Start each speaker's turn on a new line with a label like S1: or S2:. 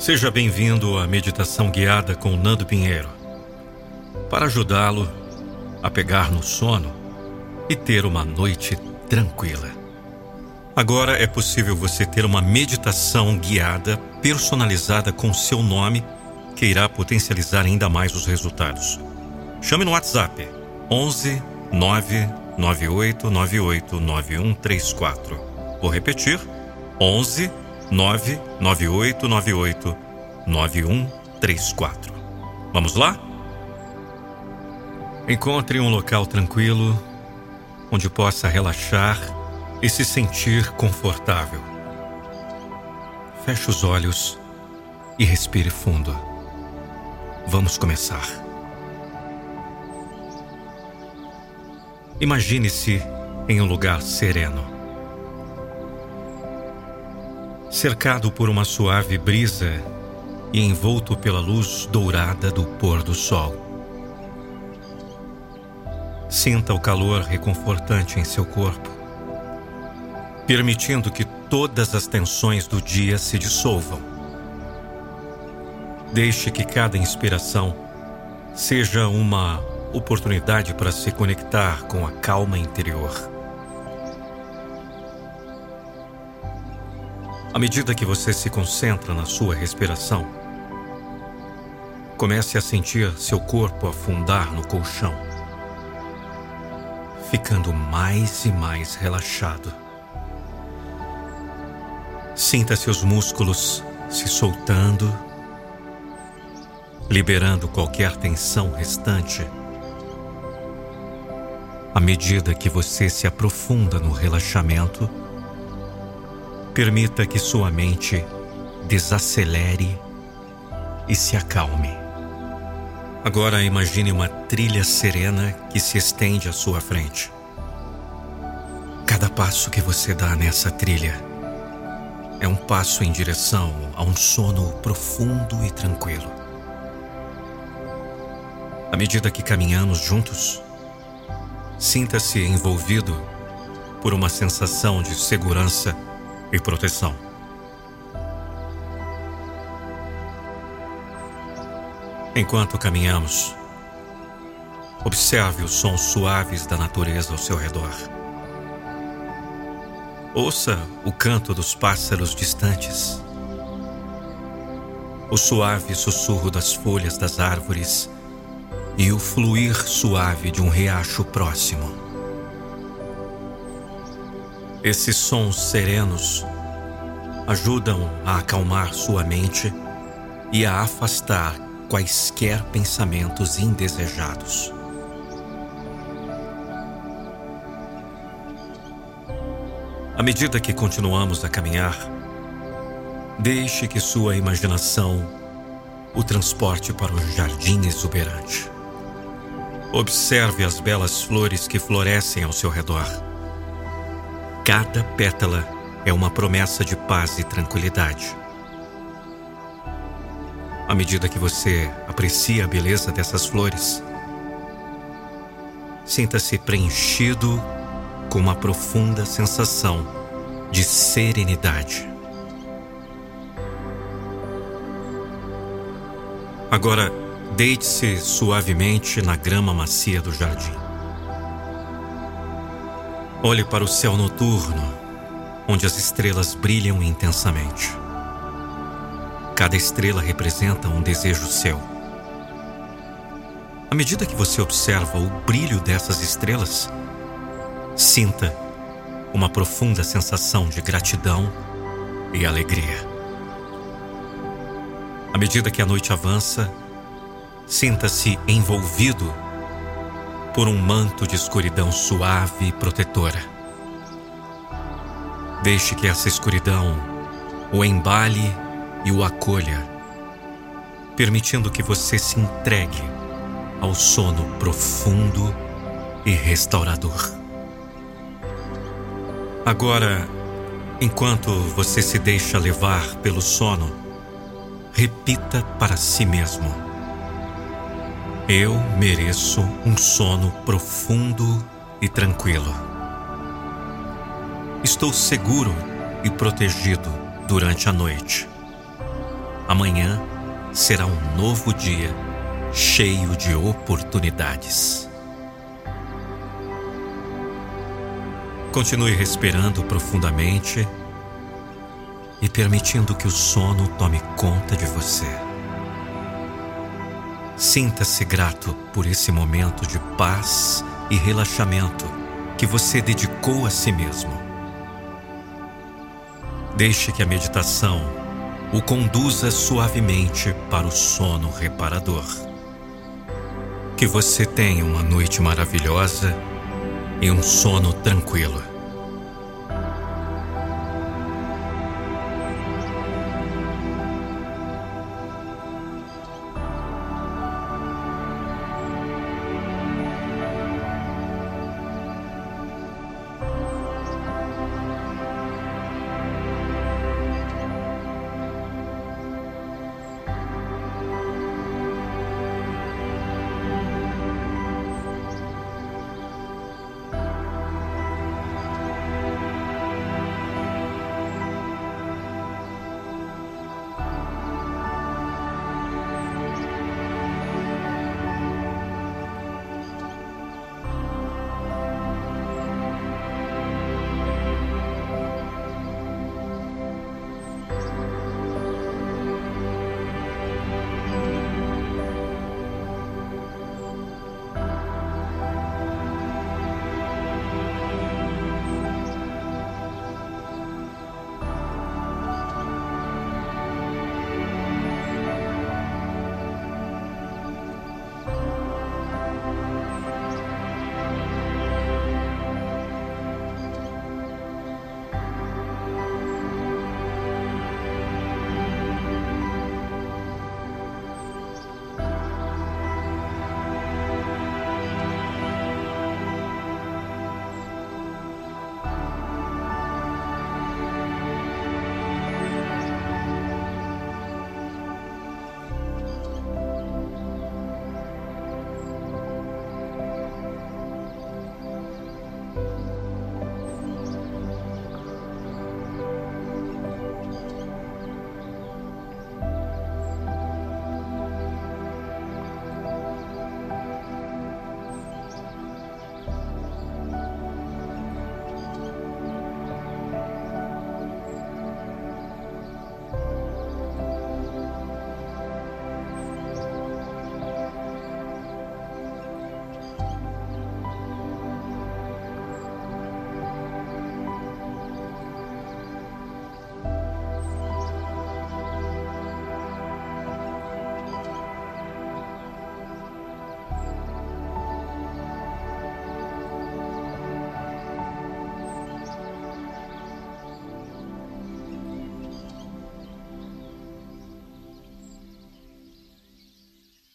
S1: Seja bem-vindo à meditação guiada com Nando Pinheiro, para ajudá-lo a pegar no sono e ter uma noite tranquila. Agora é possível você ter uma meditação guiada, personalizada com seu nome, que irá potencializar ainda mais os resultados. Chame no WhatsApp 11 998 98 9134. Vou repetir: 11 998 98 9134. Vamos lá? Encontre um local tranquilo, onde possa relaxar e se sentir confortável. Feche os olhos e respire fundo. Vamos começar. Imagine-se em um lugar sereno, cercado por uma suave brisa e envolto pela luz dourada do pôr do sol. Sinta o calor reconfortante em seu corpo, permitindo que todas as tensões do dia se dissolvam. Deixe que cada inspiração seja uma oportunidade para se conectar com a calma interior. À medida que você se concentra na sua respiração, comece a sentir seu corpo afundar no colchão, ficando mais e mais relaxado. Sinta seus músculos se soltando, liberando qualquer tensão restante. À medida que você se aprofunda no relaxamento, permita que sua mente desacelere e se acalme. Agora imagine uma trilha serena que se estende à sua frente. Cada passo que você dá nessa trilha é um passo em direção a um sono profundo e tranquilo. À medida que caminhamos juntos, sinta-se envolvido por uma sensação de segurança e proteção. Enquanto caminhamos, observe os sons suaves da natureza ao seu redor. Ouça o canto dos pássaros distantes, o suave sussurro das folhas das árvores e o fluir suave de um riacho próximo. Esses sons serenos ajudam a acalmar sua mente e a afastar quaisquer pensamentos indesejados. À medida que continuamos a caminhar, deixe que sua imaginação o transporte para um jardim exuberante. Observe as belas flores que florescem ao seu redor. Cada pétala é uma promessa de paz e tranquilidade. À medida que você aprecia a beleza dessas flores, sinta-se preenchido com uma profunda sensação de serenidade. Agora, deite-se suavemente na grama macia do jardim. Olhe para o céu noturno, onde as estrelas brilham intensamente. Cada estrela representa um desejo seu. À medida que você observa o brilho dessas estrelas, sinta uma profunda sensação de gratidão e alegria. À medida que a noite avança, sinta-se envolvido por um manto de escuridão suave e protetora. Deixe que essa escuridão o embale e o acolha, permitindo que você se entregue ao sono profundo e restaurador. Agora, enquanto você se deixa levar pelo sono, repita para si mesmo: eu mereço um sono profundo e tranquilo. Estou seguro e protegido durante a noite. Amanhã será um novo dia, cheio de oportunidades. Continue respirando profundamente e permitindo que o sono tome conta de você. Sinta-se grato por esse momento de paz e relaxamento que você dedicou a si mesmo. Deixe que a meditação o conduza suavemente para o sono reparador. Que você tenha uma noite maravilhosa e um sono tranquilo.